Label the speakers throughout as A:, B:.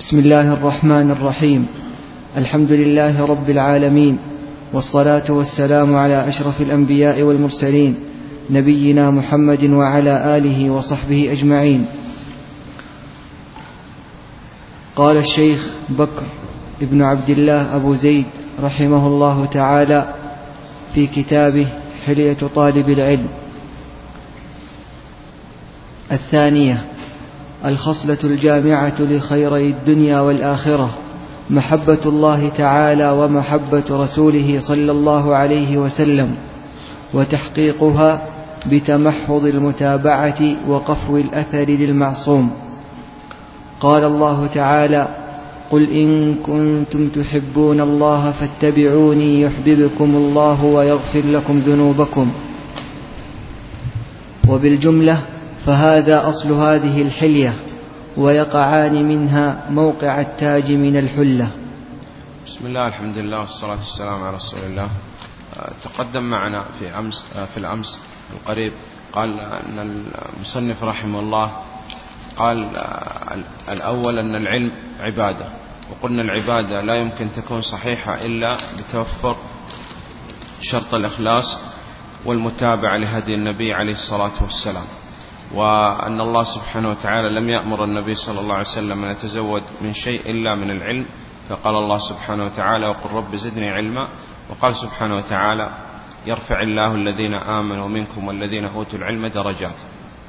A: بسم الله الرحمن الرحيم. الحمد لله رب العالمين، والصلاة والسلام على أشرف الأنبياء والمرسلين، نبينا محمد وعلى آله وصحبه أجمعين. قال الشيخ بكر ابن عبد الله أبو زيد رحمه الله تعالى في كتابه حلية طالب العلم: الثانية، الخصلة الجامعة لخيري الدنيا والآخرة، محبة الله تعالى ومحبة رسوله صلى الله عليه وسلم، وتحقيقها بتمحض المتابعة وقفو الأثر للمعصوم. قال الله تعالى: قل إن كنتم تحبون الله فاتبعوني يحببكم الله ويغفر لكم ذنوبكم. وبالجملة فهذا أصل هذه الحلية، ويقعان منها موقع التاج من الحلة.
B: بسم الله، الحمد لله، والصلاة والسلام على رسول الله. تقدم معنا في الأمس القريب قال أن المصنف رحمه الله قال الأول أن العلم عبادة، وقلنا العبادة لا يمكن تكون صحيحة إلا بتوفر شرط الإخلاص والمتابعة لهدي النبي عليه الصلاة والسلام، وأن الله سبحانه وتعالى لم يأمر النبي صلى الله عليه وسلم أن يتزود من شيء إلا من العلم، فقال الله سبحانه وتعالى: وقل رب زدني علما. وقال سبحانه وتعالى: يرفع الله الذين آمنوا منكم والذين أوتوا العلم درجات.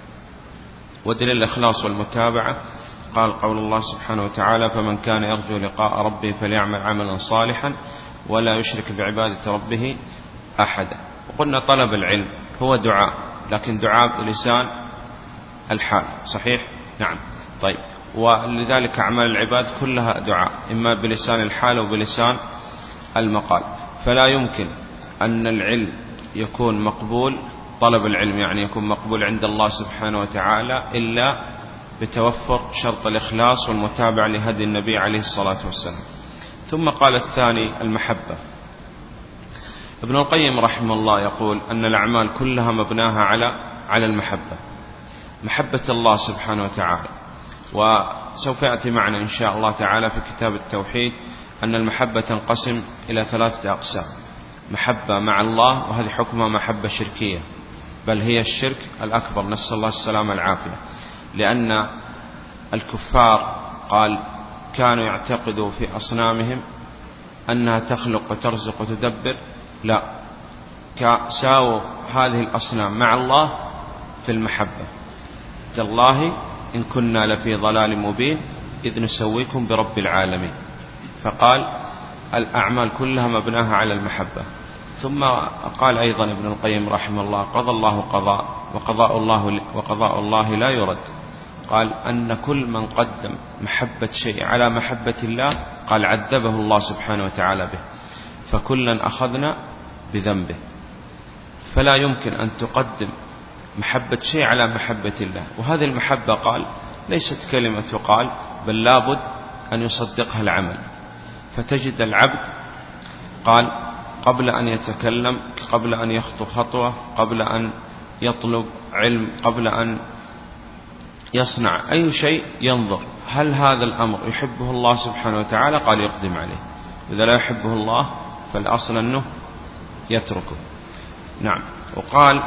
B: ودليل الإخلاص والمتابعة قال قول الله سبحانه وتعالى: فمن كان يرجو لقاء ربه فليعمل عملا صالحا ولا يشرك بعبادة ربه أحدا. وقلنا طلب العلم هو دعاء، لكن دعاء بلسان الحال، صحيح؟ نعم. طيب، ولذلك أعمال العباد كلها دعاء، إما بلسان الحال وبلسان المقال. فلا يمكن أن العلم يكون مقبول، طلب العلم يعني يكون مقبول عند الله سبحانه وتعالى إلا بتوفر شرط الإخلاص والمتابعة لهدي النبي عليه الصلاة والسلام. ثم قال الثاني المحبة. ابن القيم رحمه الله يقول أن الأعمال كلها مبناها على المحبة، محبة الله سبحانه وتعالى. وسوف يأتي معنا إن شاء الله تعالى في كتاب التوحيد أن المحبة تنقسم إلى 3 أقسام: محبة مع الله، وهذه حكمها محبة شركية، بل هي الشرك الأكبر، نسأل الله السلامة والعافية، لأن الكفار قال كانوا يعتقدوا في أصنامهم أنها تخلق وترزق وتدبر، لا، ساووا هذه الأصنام مع الله في المحبة. تالله إن كنا لفي ضلال مبين إذ نسويكم برب العالمين. فقال الأعمال كلها مبناها على المحبة. ثم قال أيضا ابن القيم رحمه الله: قضى الله قضاء وقضاء الله لا يرد. قال أن كل من قدم محبة شيء على محبة الله قال عذبه الله سبحانه وتعالى به، فكلا أخذنا بذنبه. فلا يمكن أن تقدم محبة شيء على محبة الله. وهذه المحبة قال ليست كلمة تقال، بل لابد أن يصدقها العمل. فتجد العبد قال قبل أن يتكلم، قبل أن يخطو خطوة، قبل أن يطلب علم، قبل أن يصنع أي شيء ينظر هل هذا الأمر يحبه الله سبحانه وتعالى، قال يقدم عليه. إذا لا يحبه الله فالأصل أنه يتركه. نعم. وقال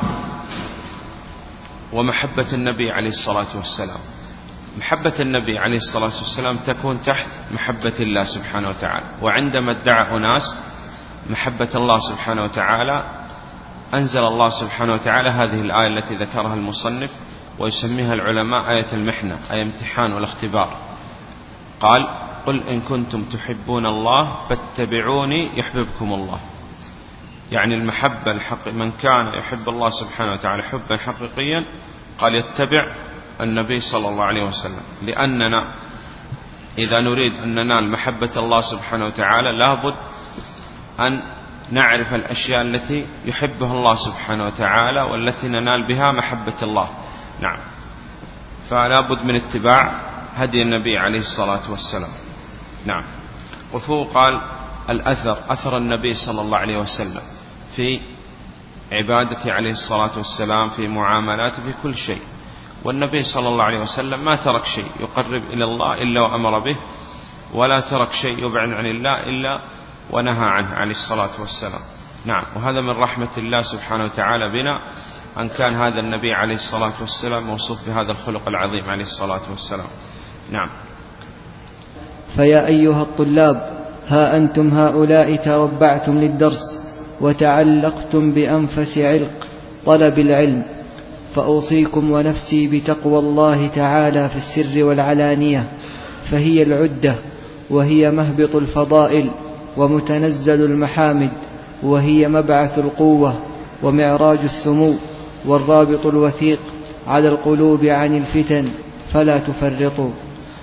B: ومحبة النبي عليه الصلاة والسلام، محبة النبي عليه الصلاة والسلام تكون تحت محبة الله سبحانه وتعالى. وعندما ادعى أناس محبة الله سبحانه وتعالى أنزل الله سبحانه وتعالى هذه الآية التي ذكرها المصنف، ويسميها العلماء آية المحنة، أي امتحان والاختبار. قال قل إن كنتم تحبون الله فاتبعوني يحببكم الله. يعني المحبة من كان يحب الله سبحانه وتعالى حبا حقيقيا قال يتبع النبي صلى الله عليه وسلم، لأننا إذا نريد أن ننال محبة الله سبحانه وتعالى لابد أن نعرف الأشياء التي يحبها الله سبحانه وتعالى والتي ننال بها محبة الله. نعم. فلا بد من اتباع هدي النبي عليه الصلاة والسلام. نعم. وفوق قال أثر النبي صلى الله عليه وسلم في عبادته عليه الصلاة والسلام، في معاملاته، في كل شيء. والنبي صلى الله عليه وسلم ما ترك شيء يقرب إلى الله إلا وأمر به ولا ترك شيء يبعد عن الله إلا ونهى عنه عليه الصلاة والسلام. نعم. وهذا من رحمة الله سبحانه وتعالى بنا أن كان هذا النبي عليه الصلاة والسلام موصوف بهذا الخلق العظيم عليه الصلاة والسلام. نعم.
A: فيا أيها الطلاب، ها أنتم هؤلاء تربعتم للدرس وتعلقتم بأنفس علق طلب العلم، فأوصيكم ونفسي بتقوى الله تعالى في السر والعلانية، فهي العدة، وهي مهبط الفضائل ومتنزل المحامد، وهي مبعث القوة ومعراج السمو، والرابط الوثيق على القلوب عن الفتن، فلا تفرطوا.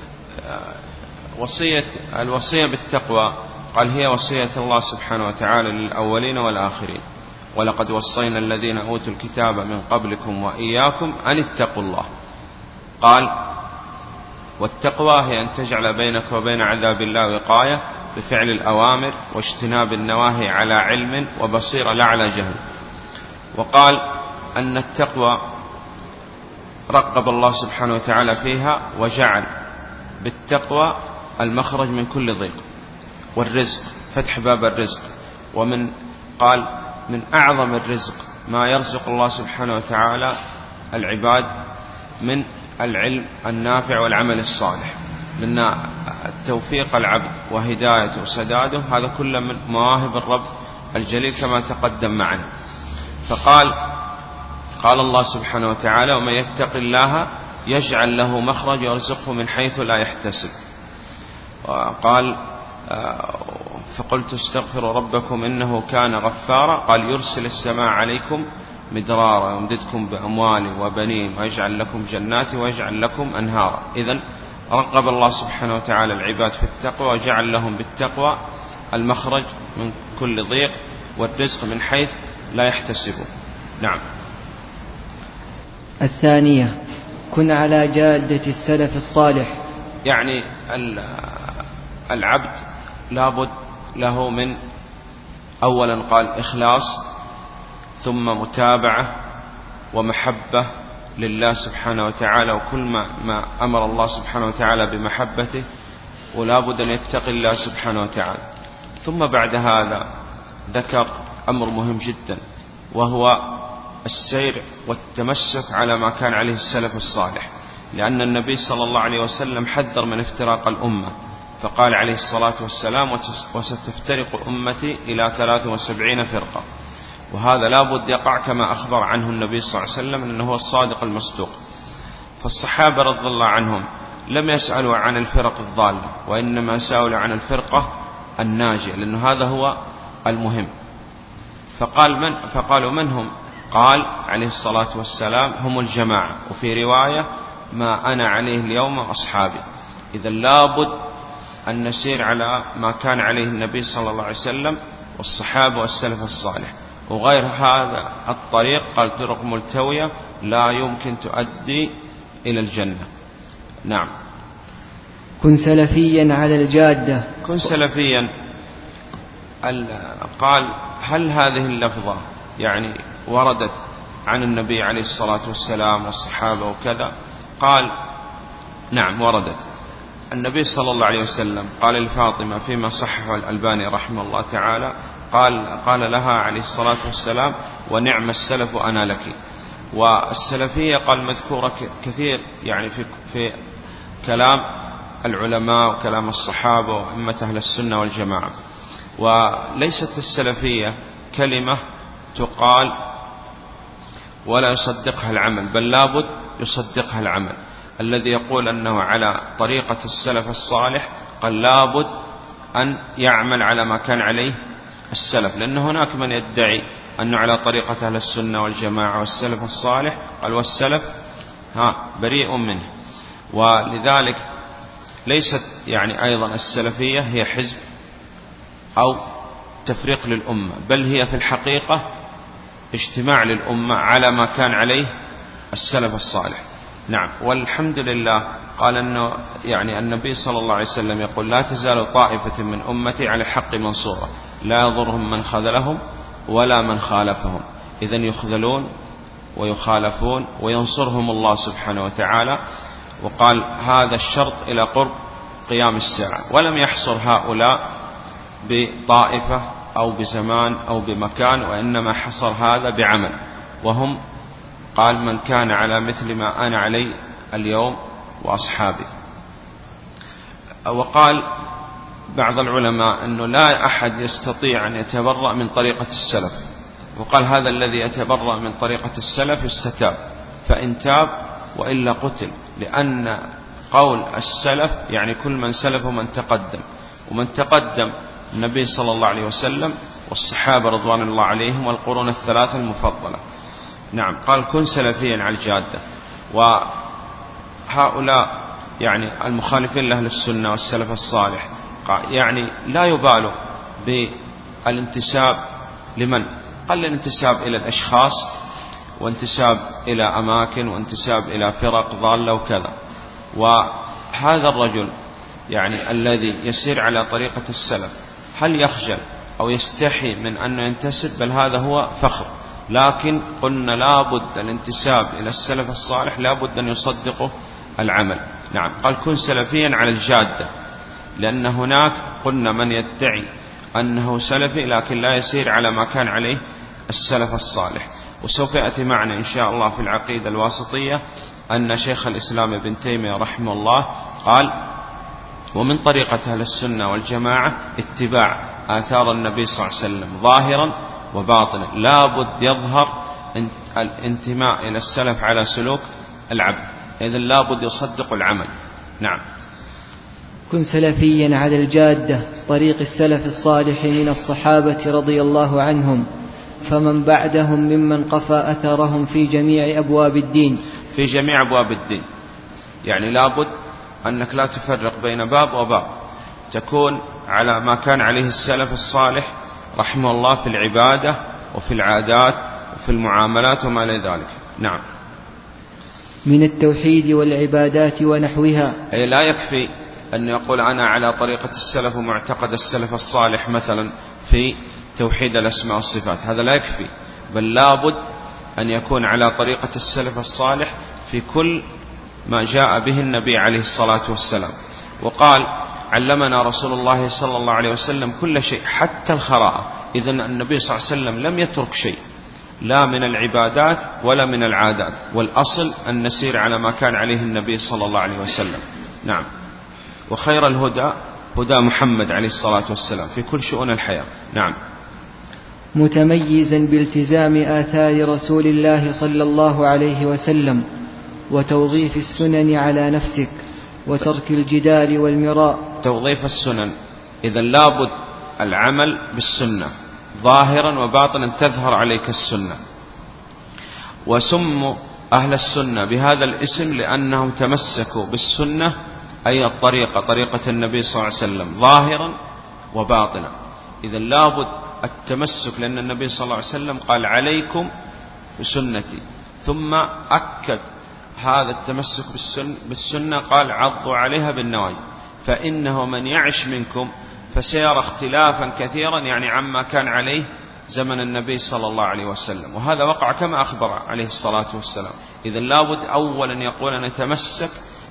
B: الوصية بالتقوى قال هي وصية الله سبحانه وتعالى للأولين والآخرين، ولقد وصينا الذين أوتوا الكتاب من قبلكم وإياكم أن اتقوا الله. قال والتقوى هي أن تجعل بينك وبين عذاب الله وقاية بفعل الأوامر واجتناب النواهي على علم وبصيرة لا على جهل. وقال أن التقوى رقب الله سبحانه وتعالى فيها وجعل بالتقوى المخرج من كل ضيق، والرزق فتح باب الرزق. ومن قال من أعظم الرزق ما يرزق الله سبحانه وتعالى العباد من العلم النافع والعمل الصالح، لأن توفيق العبد وهدايته وسداده هذا كله من مواهب الرب الجليل كما تقدم معنا. فقال الله سبحانه وتعالى ومن يتق الله يجعل له مخرج ويرزقه من حيث لا يحتسب. وقال فقلت استغفروا ربكم إنه كان غفارا، قال يرسل السماء عليكم مدرارا ويمددكم بأموال وبنين ويجعل لكم جنات ويجعل لكم أنهارا. إذن رغب الله سبحانه وتعالى العباد في التقوى وجعل لهم بالتقوى المخرج من كل ضيق والرزق من حيث لا يحتسبون. نعم.
A: الثانية كن على جادة السلف الصالح،
B: يعني العبد لابد له من أولا قال إخلاص، ثم متابعة ومحبة لله سبحانه وتعالى، وكل ما أمر الله سبحانه وتعالى بمحبته، ولا بد أن يتقي الله سبحانه وتعالى. ثم بعد هذا ذكر أمر مهم جدا، وهو السير والتمسك على ما كان عليه السلف الصالح، لأن النبي صلى الله عليه وسلم حذر من افتراق الأمة، فقال عليه الصلاة والسلام وستفترق أمتي إلى 73 فرقة. وهذا لا بد يقع كما أخبر عنه النبي صلى الله عليه وسلم أنه هو الصادق المصدوق. فالصحابة رضي الله عنهم لم يسألوا عن الفرق الضالة، وإنما سألوا عن الفرقة الناجية، لأنه هذا هو المهم. فقالوا من هم؟ قال عليه الصلاة والسلام هم الجماعة، وفي رواية ما أنا عليه اليوم أصحابي. إذا لابد أن نسير على ما كان عليه النبي صلى الله عليه وسلم والصحابة والسلف الصالح، وغير هذا الطريق قال طرق ملتوية لا يمكن تؤدي إلى الجنة. نعم.
A: كن سلفيا على الجادة.
B: كن سلفيا. قال هل هذه اللفظة يعني وردت عن النبي عليه الصلاة والسلام والصحابة وكذا؟ قال نعم وردت. النبي صلى الله عليه وسلم قال لفاطمة فيما صححه الألباني رحمه الله تعالى، قال لها عليه الصلاة والسلام ونعم السلف أنا لك. والسلفية قال مذكورة كثير يعني في كلام العلماء وكلام الصحابة وأئمة أهل السنة والجماعة. وليست السلفية كلمة تقال ولا يصدقها العمل، بل لابد يصدقها العمل. الذي يقول أنه على طريقة السلف الصالح قال لابد أن يعمل على ما كان عليه السلف، لأن هناك من يدعي أنه على طريقة أهل السنة والجماعة والسلف الصالح، قال والسلف بريء منه. ولذلك ليست يعني أيضا السلفية هي حزب أو تفريق للأمة، بل هي في الحقيقة اجتماع للأمة على ما كان عليه السلف الصالح. نعم. والحمد لله قال أنه يعني النبي صلى الله عليه وسلم يقول لا تزال طائفة من أمتي على الحق منصورة لا يضرهم من خذلهم ولا من خالفهم. إذن يخذلون ويخالفون وينصرهم الله سبحانه وتعالى. وقال هذا الشرط إلى قرب قيام الساعة، ولم يحصر هؤلاء بطائفة أو بزمان أو بمكان، وإنما حصر هذا بعمل، وهم قال من كان على مثل ما أنا عليه اليوم وأصحابي. وقال بعض العلماء أنه لا أحد يستطيع أن يتبرأ من طريقة السلف، وقال هذا الذي يتبرأ من طريقة السلف يستتاب، فإن تاب وإلا قتل، لأن قول السلف يعني كل من سلف ومن تقدم، ومن تقدم النبي صلى الله عليه وسلم والصحابة رضوان الله عليهم والقرون الثلاثة المفضلة. نعم. قال كن سلفيا على الجادة. وهؤلاء يعني المخالفين لأهل السنة والسلف الصالح يعني لا يبالوا بالانتساب لمن قال الانتساب إلى الأشخاص، وانتساب إلى أماكن، وانتساب إلى فرق ضالة وكذا. وهذا الرجل يعني الذي يسير على طريقة السلف هل يخجل أو يستحي من أنه ينتسب؟ بل هذا هو فخر. لكن قلنا لابد الانتساب إلى السلف الصالح لابد أن يصدقه العمل. نعم. قال كن سلفيا على الجادة، لأن هناك قلنا من يدعي أنه سلفي لكن لا يسير على ما كان عليه السلف الصالح. وسوف يأتي معنا إن شاء الله في العقيدة الواسطية أن شيخ الإسلام ابن تيمية رحمه الله قال ومن طريقة أهل السنة والجماعة اتباع آثار النبي صلى الله عليه وسلم ظاهرا وباطنا، لابد يظهر الانتماء إلى السلف على سلوك العبد، إذن لابد يصدق العمل. نعم.
A: كن سلفيا على الجادة طريق السلف الصالح من الصحابة رضي الله عنهم، فمن بعدهم ممن قفى أثرهم في جميع أبواب الدين.
B: في جميع أبواب الدين يعني لابد أنك لا تفرق بين باب وباب، تكون على ما كان عليه السلف الصالح رحمه الله في العبادة وفي العادات وفي المعاملات وما إلى ذلك. نعم.
A: من التوحيد والعبادات ونحوها.
B: أي لا يكفي أن يقول أنا على طريقة السلف ومعتقد السلف الصالح مثلا في توحيد الأسماء والصفات، هذا لا يكفي، بل لابد أن يكون على طريقة السلف الصالح في كل ما جاء به النبي عليه الصلاة والسلام. وقال علمنا رسول الله صلى الله عليه وسلم كل شيء حتى الخراءة، إذن النبي صلى الله عليه وسلم لم يترك شيء لا من العبادات ولا من العادات، والأصل أن نسير على ما كان عليه النبي صلى الله عليه وسلم. نعم. وخير الهدى هدى محمد عليه الصلاة والسلام في كل شؤون الحياة. نعم.
A: متميزا بالتزام آثار رسول الله صلى الله عليه وسلم وتوظيف السنن على نفسك وترك الجدال والمراء.
B: توظيف السنن، إذن لابد العمل بالسنة ظاهرا وباطنا، تظهر عليك السنة. وسموا أهل السنة بهذا الاسم لأنهم تمسكوا بالسنة، أي الطريقة طريقة النبي صلى الله عليه وسلم ظاهرا وباطنا. إذن لابد التمسك، لأن النبي صلى الله عليه وسلم قال عليكم بسنتي، ثم أكد هذا التمسك بالسنة قال عضوا عليها بالنواجذ، فإنه من يعش منكم فسيرى اختلافا كثيرا يعني عما كان عليه زمن النبي صلى الله عليه وسلم، وهذا وقع كما أخبر عليه الصلاة والسلام. إذن لابد أولا يقول أن يتمسك،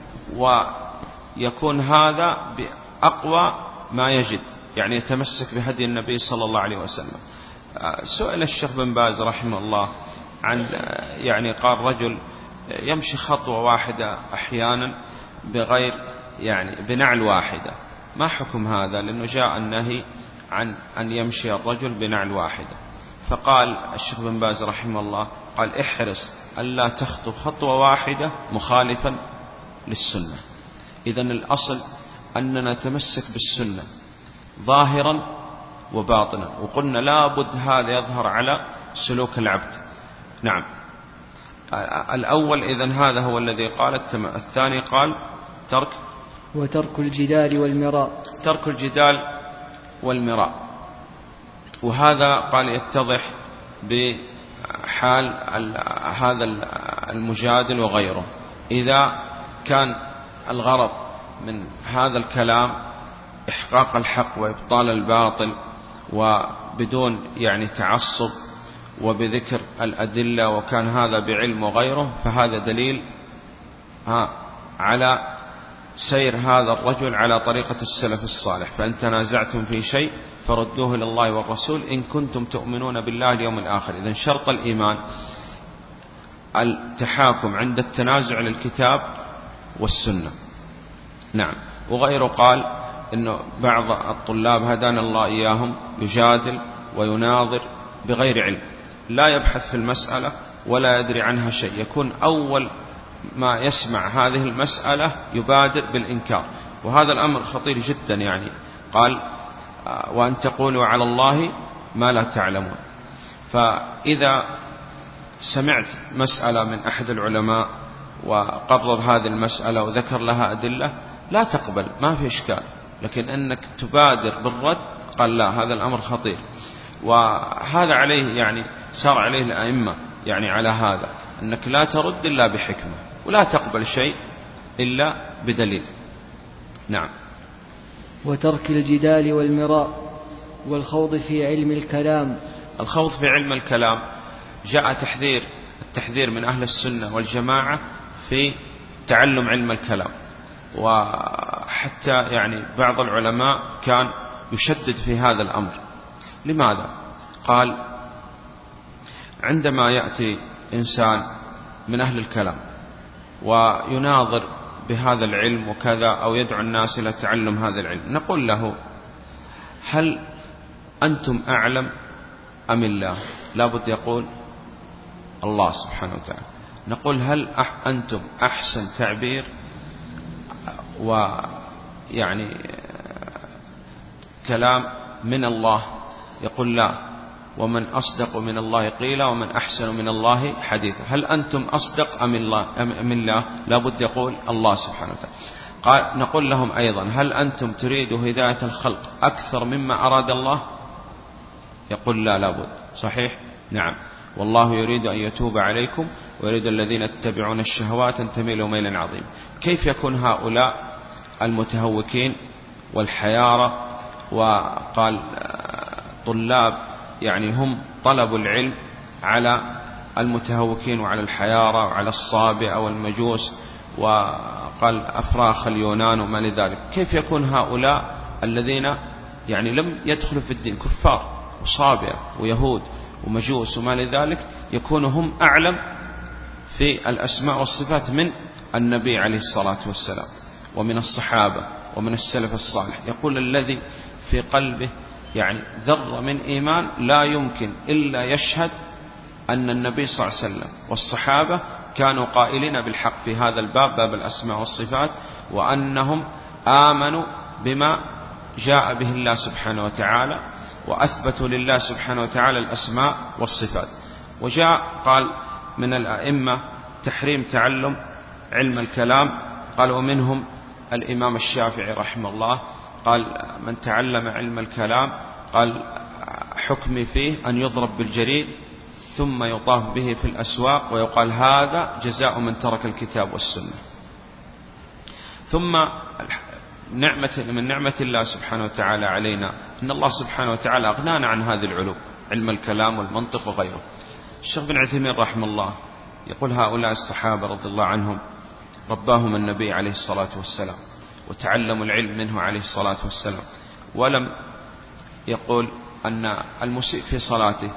B: ويكون هذا بأقوى ما يجد، يعني يتمسك بهدي النبي صلى الله عليه وسلم. سئل الشيخ بن باز رحمه الله عن يعني قال رجل يمشي خطوة واحدة أحيانا بغير يعني بنعل واحدة، ما حكم هذا؟ لأنه جاء النهي عن أن يمشي الرجل بنعل واحدة. فقال الشيخ بن باز رحمه الله قال احرص ألا تخطو خطوة واحدة مخالفا للسنة. إذن الأصل أننا نتمسك بالسنة ظاهرا وباطنا، وقلنا لابد هذا يظهر على سلوك العبد. نعم. الأول إذن هذا هو الذي قال. الثاني قال
A: وترك الجدال والمراء.
B: ترك الجدال والمراء، وهذا قال يتضح بحال هذا المجادل وغيره. إذا كان الغرض من هذا الكلام إحقاق الحق وإبطال الباطل وبدون يعني تعصب وبذكر الأدلة، وكان هذا بعلم وغيره، فهذا دليل على سير هذا الرجل على طريقة السلف الصالح، فإن تنازعتم في شيء فردوه إلى الله والرسول إن كنتم تؤمنون بالله اليوم الآخر. إذن شرط الإيمان التحاكم عند التنازع للكتاب والسنة. نعم. وغيره قال إنه بعض الطلاب هدانا الله إياهم يجادل ويناظر بغير علم، لا يبحث في المسألة ولا يدري عنها شيء، يكون أول ما يسمع هذه المسألة يبادر بالإنكار، وهذا الأمر خطير جدا. يعني قال وأن تقولوا على الله ما لا تعلمون. فإذا سمعت مسألة من أحد العلماء وقرر هذه المسألة وذكر لها أدلة لا تقبل، ما في إشكال، لكن أنك تبادر بالرد قال لا، هذا الأمر خطير. وهذا عليه يعني سار عليه الأئمة يعني على هذا، أنك لا ترد إلا بحكمة ولا تقبل شيء إلا بدليل. نعم.
A: وترك الجدال والمراء والخوض في علم الكلام.
B: الخوض في علم الكلام جاء التحذير من أهل السنة والجماعة في تعلم علم الكلام، وحتى يعني بعض العلماء كان يشدد في هذا الأمر. لماذا؟ قال عندما يأتي إنسان من أهل الكلام ويناظر بهذا العلم وكذا أو يدعو الناس إلى تعلم هذا العلم، نقول له هل أنتم أعلم أم الله؟ لابد يقول الله سبحانه وتعالى. نقول هل أنتم أحسن تعبير ويعني كلام من الله؟ يقول لا، ومن أصدق من الله قيلا ومن أحسن من الله حديثا. هل أنتم أصدق أم الله؟ لابد يقول الله سبحانه وتعالى. قال نقول لهم أيضا هل أنتم تريدوا هداية الخلق أكثر مما أراد الله؟ يقول لا، لابد. صحيح؟ نعم. والله يريد أن يتوب عليكم ويريد الذين يتبعون الشهوات أن تميلوا ميلا عظيما. كيف يكون هؤلاء المتهوكين والحيارى وقال طلاب يعني هم طلبوا العلم على المتهوكين وعلى الحيارى وعلى الصابئة والمجوس وقال أفراخ اليونان وما لذلك، كيف يكون هؤلاء الذين يعني لم يدخلوا في الدين كفار وصابئة ويهود ومجوس وما لذلك يكونوا هم أعلم في الأسماء والصفات من النبي عليه الصلاة والسلام ومن الصحابة ومن السلف الصالح؟ يقول الذي في قلبه يعني ذرة من إيمان لا يمكن إلا يشهد أن النبي صلى الله عليه وسلم والصحابة كانوا قائلين بالحق في هذا الباب، باب الأسماء والصفات، وأنهم آمنوا بما جاء به الله سبحانه وتعالى وأثبتوا لله سبحانه وتعالى الأسماء والصفات. وجاء قال من الأئمة تحريم تعلم علم الكلام، قال ومنهم الإمام الشافعي رحمه الله قال من تعلم علم الكلام قال حكمي فيه أن يضرب بالجريد ثم يطاف به في الأسواق ويقال هذا جزاء من ترك الكتاب والسنة. ثم من نعمة الله سبحانه وتعالى علينا أن الله سبحانه وتعالى أغنانا عن هذه العلوم، علم الكلام والمنطق وغيره. الشيخ بن عثيمين رحمه الله يقول هؤلاء الصحابة رضي الله عنهم رباهم النبي عليه الصلاة والسلام وتعلموا العلم منه عليه الصلاة والسلام، ولم يقول أن المسيء في صلاته،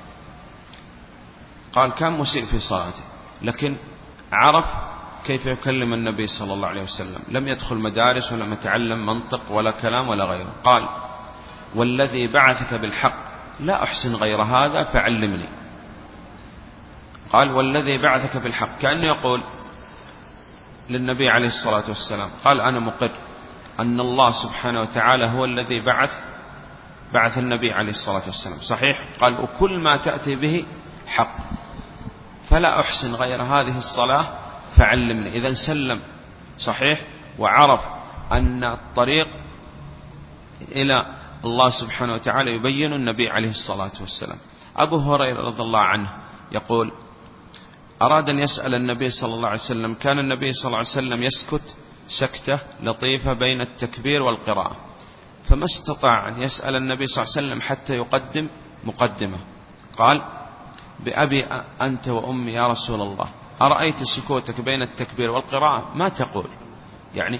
B: قال كان مسيء في صلاته لكن عرف كيف يكلم النبي صلى الله عليه وسلم، لم يدخل مدارس ولم يتعلم منطق ولا كلام ولا غيره. قال والذي بعثك بالحق لا أحسن غير هذا فعلمني. قال والذي بعثك بالحق، كأنه يقول للنبي عليه الصلاة والسلام قال أنا مقر أن الله سبحانه وتعالى هو الذي بعث النبي عليه الصلاة والسلام، صحيح؟ قال وكل ما تأتي به حق فلا أحسن غير هذه الصلاة فعلمني. إذن سلم، صحيح، وعرف أن الطريق إلى الله سبحانه وتعالى يبين النبي عليه الصلاة والسلام. أبو هريرة رضي الله عنه يقول أراد أن يسأل النبي صلى الله عليه وسلم، كان النبي صلى الله عليه وسلم يسكت سكتة لطيفة بين التكبير والقراءة، فما استطاع أن يسأل النبي صلى الله عليه وسلم حتى يقدم مقدمة. قال بأبي أنت وأمي يا رسول الله أرأيت سكوتك بين التكبير والقراءة ما تقول؟ يعني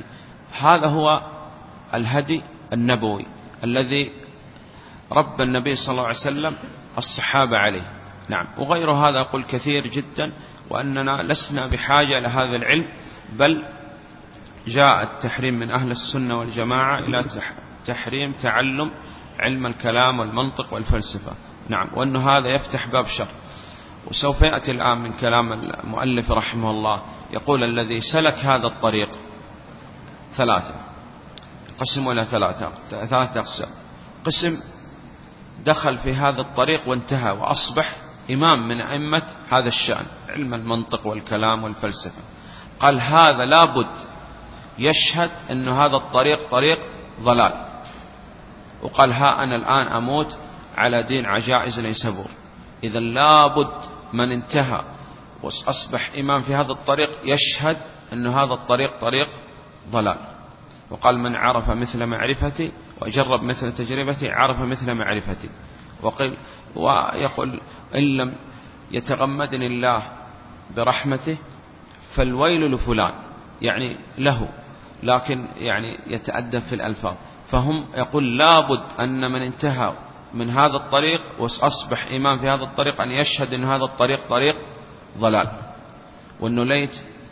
B: هذا هو الهدي النبوي الذي رب النبي صلى الله عليه وسلم الصحابة عليه. نعم. وغير هذا أقول كثير جدا، وأننا لسنا بحاجة لهذا العلم، بل جاء التحريم من أهل السنة والجماعة إلى تحريم تعلم علم الكلام والمنطق والفلسفة. نعم. وأن هذا يفتح باب شر. وسوف يأتي الآن من كلام المؤلف رحمه الله، يقول الذي سلك هذا الطريق ثلاثة، قسموا إلى ثلاثة أقسام. قسم دخل في هذا الطريق وانتهى وأصبح إمام من أئمة هذا الشأن، علم المنطق والكلام والفلسفة. قال هذا لابد يشهد أن هذا الطريق طريق ضلال، وقال ها أنا الآن أموت على دين عجائز نيسابور. إذا لابد من انتهى وأصبح إمام في هذا الطريق يشهد أن هذا الطريق طريق ضلال. وقال من عرف مثل معرفتي وجرب مثل تجربتي عرف مثل معرفتي. ويقول إن لم يتغمدني الله برحمته فالويل لفلان، يعني له، لكن يعني يتأدب في الألفاظ. فهم يقول لابد أن من انتهى من هذا الطريق وأصبح إمام في هذا الطريق أن يشهد أن هذا الطريق طريق ضلال، وأنه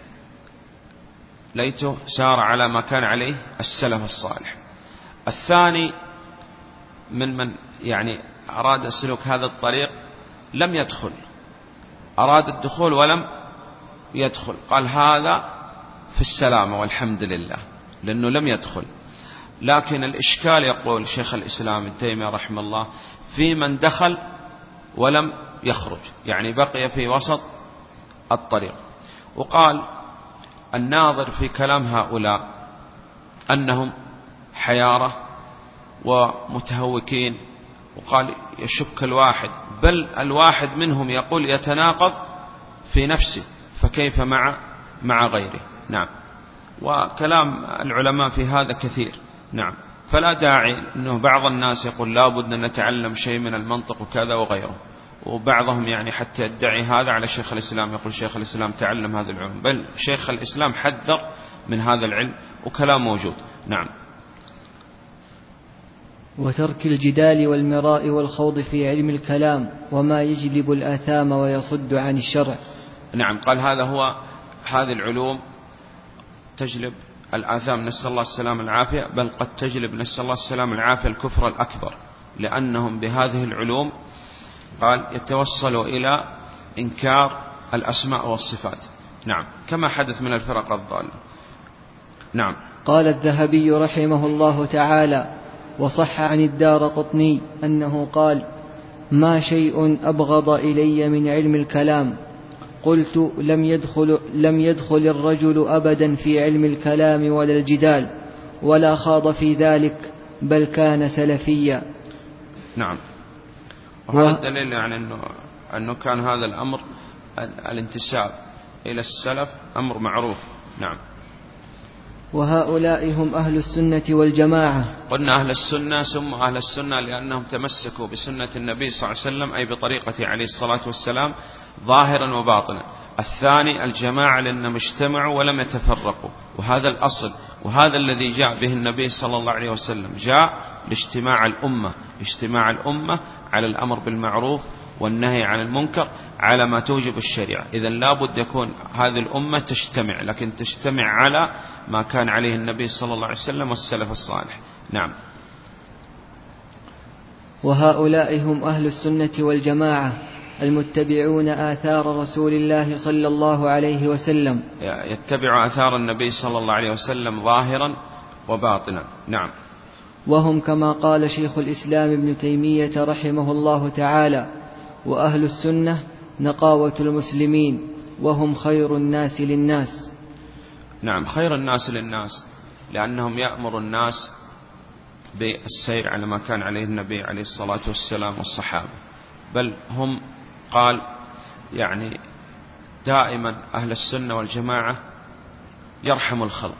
B: ليته سار على ما كان عليه السلف الصالح. الثاني من يعني أراد سلوك هذا الطريق لم يدخل، أراد الدخول ولم يدخل، قال هذا في السلامة والحمد لله لأنه لم يدخل. لكن الإشكال يقول شيخ الإسلام ابن تيمية رحمه الله في من دخل ولم يخرج، يعني بقي في وسط الطريق. وقال الناظر في كلام هؤلاء أنهم حيارة ومتهوكين، وقال يشك الواحد، بل الواحد منهم يقول يتناقض في نفسه، فكيف مع غيره. نعم. وكلام العلماء في هذا كثير. نعم. فلا داعي أنه بعض الناس يقول لا بد أن نتعلم شيء من المنطق وكذا وغيره، وبعضهم يعني حتى يدعي هذا على شيخ الإسلام، يقول شيخ الإسلام تعلم هذا العلم، بل شيخ الإسلام حذر من هذا العلم وكلام موجود. نعم.
A: وترك الجدال والمراء والخوض في علم الكلام وما يجلب الآثام ويصد عن الشرع.
B: نعم. قال هذه العلوم تجلب الآثام، نسأل الله السلام العافية، بل قد تجلب نسأل الله السلام العافية الكفر الأكبر، لأنهم بهذه العلوم قال يتوصلوا إلى إنكار الأسماء والصفات. نعم. كما حدث من الفرق الضالة. نعم.
A: قال الذهبي رحمه الله تعالى: وصح عن الدارقطني أنه قال: ما شيء أبغض إلي من علم الكلام. قلت: لم يدخل الرجل أبدا في علم الكلام ولا الجدال ولا خاض في ذلك، بل كان سلفيا.
B: نعم. وهذا الدليل يعني أنه كان هذا الأمر الانتساب إلى السلف أمر معروف. نعم.
A: وهؤلاء هم أهل السنة والجماعة.
B: قلنا أهل السنة سموا أهل السنة لأنهم تمسكوا بسنة النبي صلى الله عليه وسلم، أي بطريقة عليه الصلاة والسلام ظاهرا وباطنا. الثاني الجماعة لأنهم اجتمعوا ولم يتفرقوا، وهذا الأصل، وهذا الذي جاء به النبي صلى الله عليه وسلم، جاء لاجتماع الأمة على الأمر بالمعروف والنهي عن المنكر على ما توجب الشريعة. إذن لابد يكون هذه الأمة تجتمع، لكن تجتمع على ما كان عليه النبي صلى الله عليه وسلم والسلف الصالح. نعم.
A: وهؤلاء هم أهل السنة والجماعة المتبعون آثار رسول الله صلى الله عليه وسلم،
B: يتبع آثار النبي صلى الله عليه وسلم ظاهرا وباطنا. نعم.
A: وهم كما قال شيخ الإسلام ابن تيمية رحمه الله تعالى: وأهل السنة نقاوة المسلمين وهم خير الناس للناس.
B: نعم. خير الناس للناس لأنهم يأمر الناس بالسير على ما كان عليه النبي عليه الصلاة والسلام والصحابة، بل هم قال يعني دائما أهل السنة والجماعة يرحم الخلق،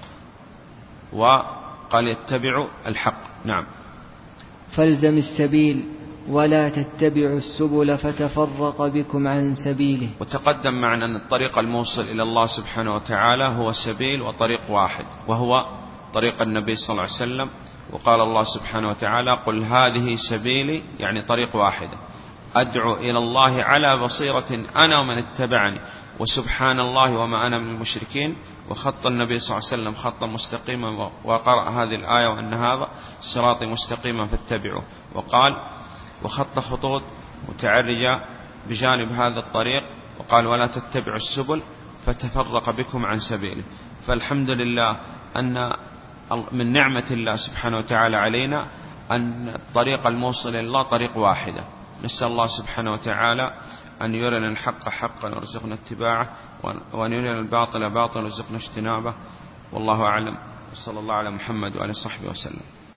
B: وقال يتبعوا الحق. نعم.
A: فالزم السبيل ولا تتبعوا السبل فتفرق بكم عن سبيله.
B: وتقدم معنا أن الطريق الموصل إلى الله سبحانه وتعالى هو سبيل وطريق واحد، وهو طريق النبي صلى الله عليه وسلم. وقال الله سبحانه وتعالى: قل هذه سبيلي، يعني طريق واحدة، أدعو إلى الله على بصيرة أنا ومن اتبعني وسبحان الله وما أنا من المشركين. وخط النبي صلى الله عليه وسلم خطا مستقيما وقرأ هذه الآية: وأن هذا صراطي مستقيما فاتبعوه. وقال: وخط خطوط متعرجة بجانب هذا الطريق، وقال: ولا تتبعوا السبل فتفرق بكم عن سبيله. فالحمد لله أن من نعمة الله سبحانه وتعالى علينا أن الطريق الموصل إلى الله طريق واحدة. نسأل الله سبحانه وتعالى أن يرنا الحق حقا وارزقنا اتباعه، وأن يرنا الباطل باطلا وارزقنا اجتنابه. والله أعلم، وصلى الله على محمد وعلى صحبه وسلم.